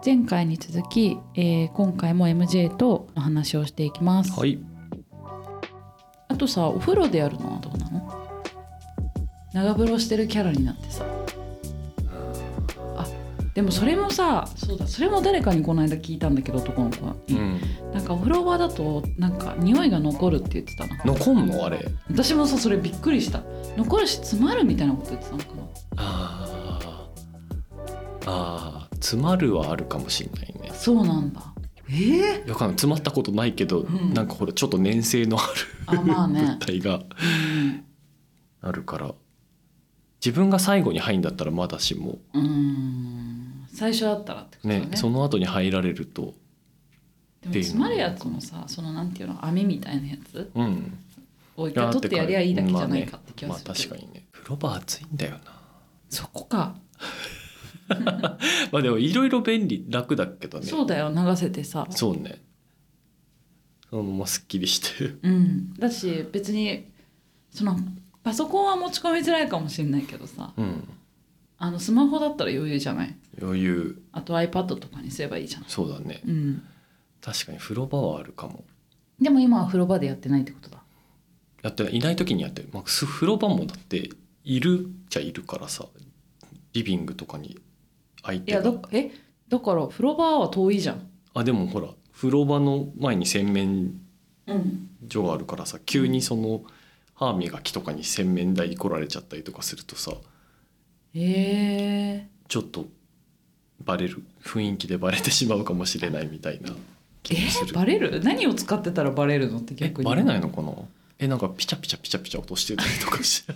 前回に続き、今回も MJ とお話をしていきます。 はい。 あとさ、お風呂でやるのはどうなの？長風呂してるキャラになってさ。あ、でもそれもさ、そうだ、それも誰かにこの間聞いたんだけど、男の子に、なんかお風呂場だとなんか匂いが残るって言ってたな。 残んのあれ？ 私もさ、それびっくりした。残るし詰まるみたいなこと言ってたのかな。 詰まるはあるかもしれないね。 そうなんだ。 わかんない、詰まったことないけど、なんかほらちょっと粘性のあるまあね、 物体があるから、自分が最後に入んだったらまだしも、 最初だったらってことね。 その後に入られると。 でも詰まるやつもさ、そのなんていうの、網みたいなやつ、を一回取ってやりゃいいだけじゃないかって気がする。 確かにね。風呂場暑いんだよな。 そこか。 まあでもいろいろ便利、楽だけどね。 そうだよ、流せてさ。 そうね。そのまますっきりしてだし別にそのパソコンは持ち込みづらいかもしれないけどさ、スマホだったら余裕じゃない？ 余裕。 あと iPad とかにすればいいじゃん。 そうだね。確かに風呂場はあるかも。 でも今は風呂場でやってないってことだ。 やってない、いない時にやってる。風呂場もだっているじゃいるからさ、リビングとかに相手が。 だから風呂場は遠いじゃん。 でもほら風呂場の前に洗面所があるからさ、急にその歯磨きとかに洗面台来られちゃったりとかするとさ、ちょっとバレる、雰囲気でバレてしまうかもしれないみたいな気がする。 バレる？何を使ってたらバレるのって逆に。 バレないのかな。なんかピチャピチャピチャピチャ落としてたりとかして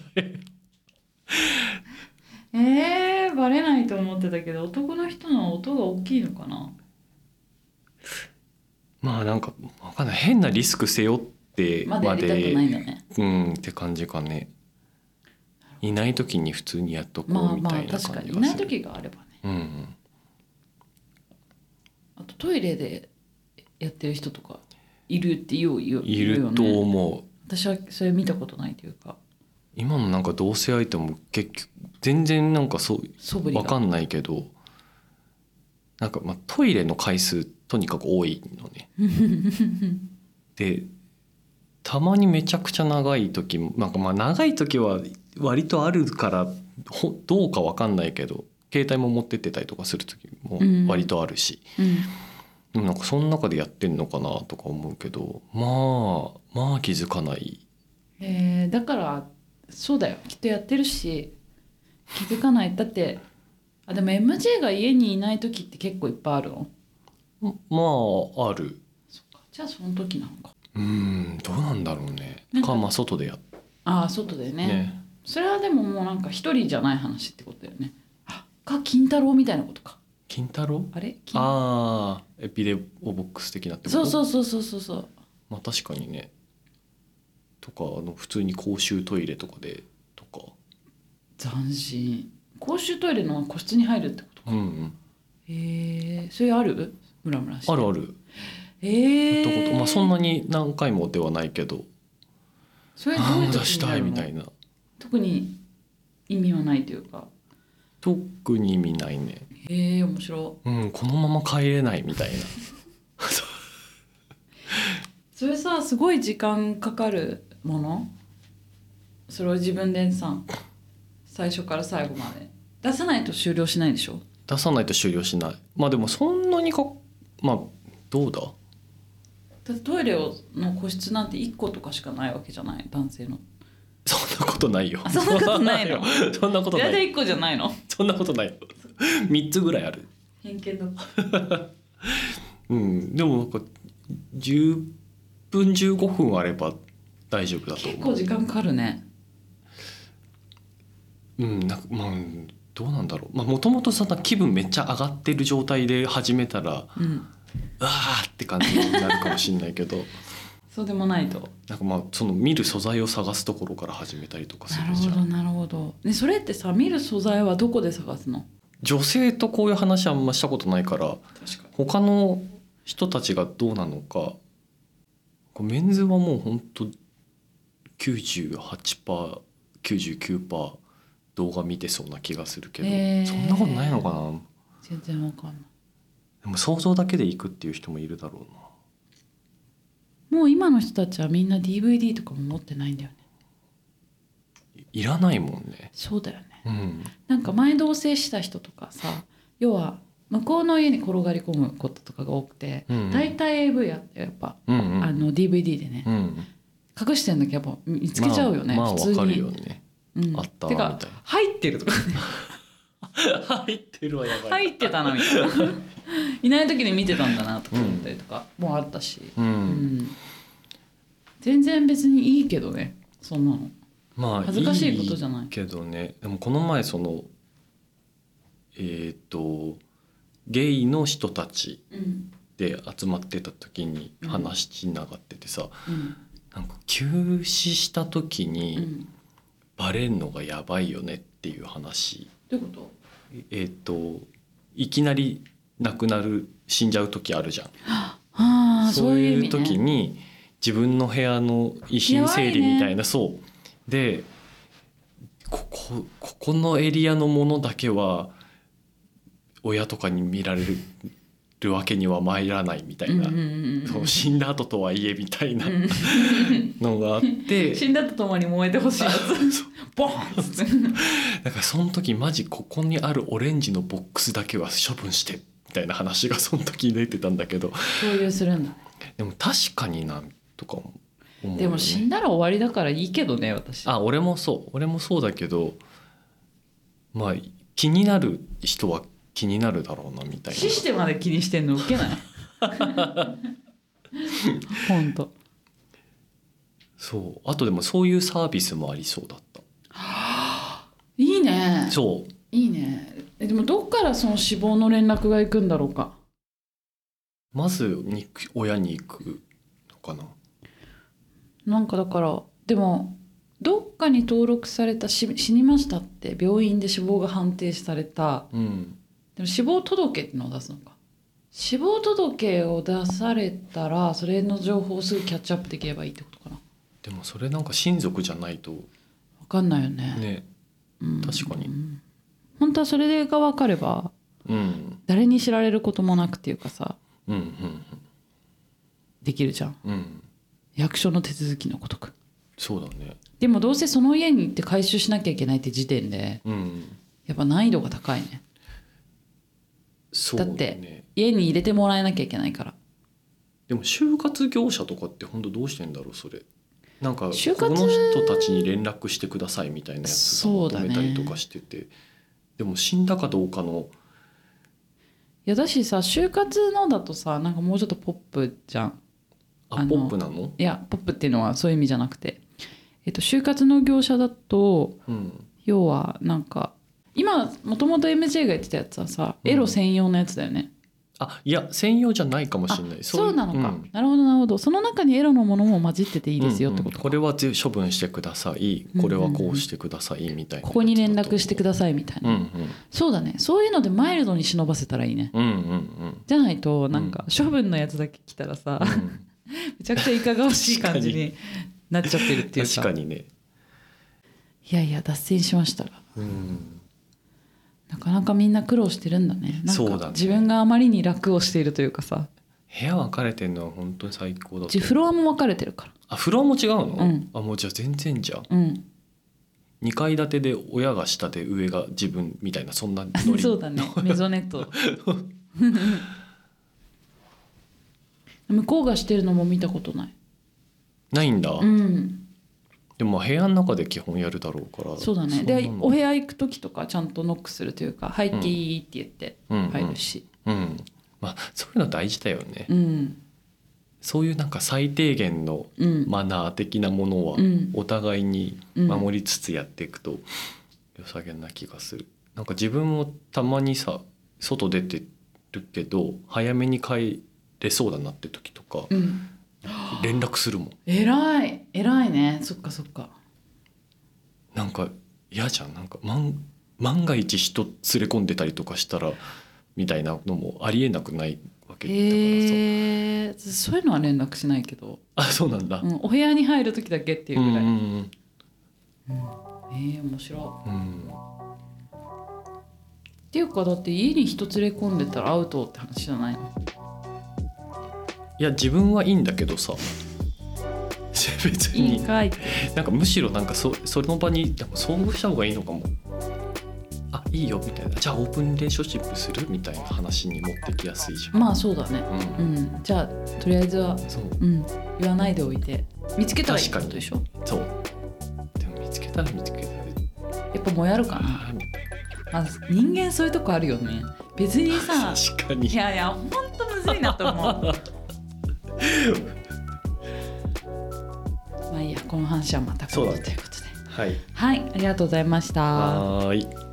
バレないと思ってたけど、男の人の音が大きいのかな。 なんか分かんない、変なリスク背負ってまでやりたくないんだね。 って感じかね。いない時に普通にやっとこうみたいな感じがする。 確かにいない時があればね。あとトイレでやってる人とかいるって言うよね。 いると思う。 私はそれ見たことないというか。 今のなんか同性相手も結局全然なんかそう分かんないけど、なんかトイレの回数とにかく多いのねでたまにめちゃくちゃ長い時も、なんか長い時は割とあるからどうか分かんないけど、携帯も持ってってたりとかする時も割とあるし、でもなんかその中でやってんのかなとか思うけど、まあ気づかない。 だからそうだよ、きっとやってるし気づかない。だってでも MJ が家にいない時って結構いっぱいあるの？ ある。 そっか、じゃあその時なのか。 どうなんだろうね。外でやっ外でね。それはでももうなんか一人じゃない話ってことだよね。金太郎みたいなことか。 金太郎？ あれ？ エピレオボックス的なってこと？ そう。 確かにね。とか普通に公衆トイレとかでとか。 斬新。公衆トイレの個室に入るってことか。それある？ムラムラして。 ある。やったこと、そんなに何回もではないけど、 それどういう時にやるの？ 出したいみたいな。 特に意味はないというか。 特に意味ないね。 面白い。 このまま帰れないみたいなそれさ、すごい時間かかるもの？それを自分でさ、最初から最後まで出さないと終了しないでしょ？ 出さないと終了しない。でもそんなにどうだ？ だってトイレの個室なんて1個とかしかないわけじゃない、男性の。 そんなことないよ。 そんなことないの？ そんなことない。 大体1個じゃないの？ そんなことないよ。3つぐらいある。 偏見だでもなんか10分15分あれば大丈夫だと思う。 結構時間かかるね。 どうなんだろう。もともとそんな気分めっちゃ上がってる状態で始めたら、わーって感じになるかもしれないけどそうでもないと。 なんかその見る素材を探すところから始めたりとかするじゃん。 なるほど。ね、それってさ、見る素材はどこで探すの？ 女性とこういう話あんましたことないから、他の人たちがどうなのか。メンズはもうほんと 98%、99% 動画見てそうな気がするけど、そんなことないのかな。 全然わかんない。 でも想像だけで行くっていう人もいるだろうもう今の人たちはみんな DVD とかも持ってないんだよね。 いらないもんね。 そうだよね、 うん、 なんか前同棲した人とかさ、要は向こうの家に転がり込むこととかが多くて、大体 AV やってやっぱ、DVD でね、隠してんだけどやっぱ見つけちゃうよね、 まあ普通に。 わかるよね、あったみたいな。 入ってるとかね入ってるはやばい。 入ってたなみたいないない時に見てたんだなとか思ったりとかもあったし、全然別にいいけどね、そんなの。 まあ恥ずかしいことじゃないけどね。でもこの前そのゲイの人たちで集まってた時に話しながっててさ、なんか休止した時にバレんのがやばいよねっていう話。 どういうこと？ いきなり亡くなる死んじゃう時あるじゃん。 そういう意味ね。 時に自分の部屋の遺品整理みたいな、そうでここのエリアのものだけは親とかに見られるわけには参らないみたいな、その死んだ後とはいえみたいなのがあって死んだとともに燃えてほしいやつボーンっつってだからその時マジここにあるオレンジのボックスだけは処分してみたいな話がその時出てたんだけど、 共有するんだね。 でも確かになとか思うよね。 でも死んだら終わりだからいいけどね、私。 俺もそうだけど、まあ気になる人は気になるだろうなみたいな。 死してまで気にしてんのウケないほんと。 そう、あとでもそういうサービスもありそうだった。 いいね。 そういいね。でもどっからその死亡の連絡が行くんだろうか。 まず親に行くのかな。 なんかだからでもどっかに登録された死にましたって病院で死亡が判定された、でも死亡届っていうのを出すのか。死亡届を出されたらそれの情報をすぐキャッチアップできればいいってことかな。 でもそれなんか親族じゃないと分かんないよね。 ね、確かに。 本当はそれが分かれば、誰に知られることもなくっていうかさ、できるじゃん、役所の手続きのごとく。 そうだね。 でもどうせその家に行って回収しなきゃいけないって時点で、やっぱ難易度が高いね。 そうね。 だって家に入れてもらえなきゃいけないから。 でも就活業者とかって本当どうしてんだろうそれ。なんかこの就活人たちに連絡してくださいみたいなやつが求めたりとかしてて、でも死んだかどうかの。 いやだしさ、就活のだとさ、なんかもうちょっとポップじゃん。 ポップなの？ いやポップっていうのはそういう意味じゃなくて、就活の業者だと、要はなんか今もともと MJ が言ってたやつはさ、エロ専用のやつだよね。 いや専用じゃないかもしれない。 そうなのか、なるほどなるほど。その中にエロのものも混じってていいですよってことか。 これは処分してください、これはこうしてくださいみたいな、 ここに連絡してくださいみたいな、そうだね。そういうのでマイルドに忍ばせたらいいね、じゃないとなんか処分のやつだけ来たらさ、めちゃくちゃいかがわしい感じになっちゃってるっていうか。 確かにね。 いやいや脱線しましたが、なかなかみんな苦労してるんだね。なんか自分があまりに楽をしているというかさ。 部屋分かれてるのは本当に最高だと。 フロアも分かれてるから。 フロアも違うの？もうじゃあ全然じゃん。2階建てで親が下で上が自分みたいな、そんなノリそうだね、メゾネット向こうがしてるのも見たことないんだ、でも部屋の中で基本やるだろうから。 そうだね。でお部屋行く時とかちゃんとノックするというか、入っていいって言って入るし、 まあそういうの大事だよね、そういうなんか最低限のマナー的なものはお互いに守りつつやっていくと良さげな気がする。なんか自分もたまにさ外出てるけど早めに帰れそうだなって時とか、連絡するもん。偉いね。そっかそっか。 なんか嫌じゃん。なんか万が一人連れ込んでたりとかしたらみたいなのもありえなくないわけだからさ。 そういうのは連絡しないけど。 そうなんだ、 お部屋に入る時だけっていうぐらい。面白い、ってっていうかだって家に人連れ込んでたらアウトって話じゃないの？ いや自分はいいんだけどさ別にいいかいって。 なんかむしろなんかその場に遭遇した方がいいのかも。あいいよみたいな、じゃあオープンリレーションシップするみたいな話に持ってきやすいじゃん。 まあそうだね、うんじゃあとりあえずはそう、 言わないでおいて見つけたらいいってことでしょ。 そうでも見つけたらやっぱもやるかな。まあ、人間そういうとこあるよね。別にさ確かにいやほんとむずいなと思うまあいいや、この話はまた今度ということで、 はい、 はい、ありがとうございました。 はい。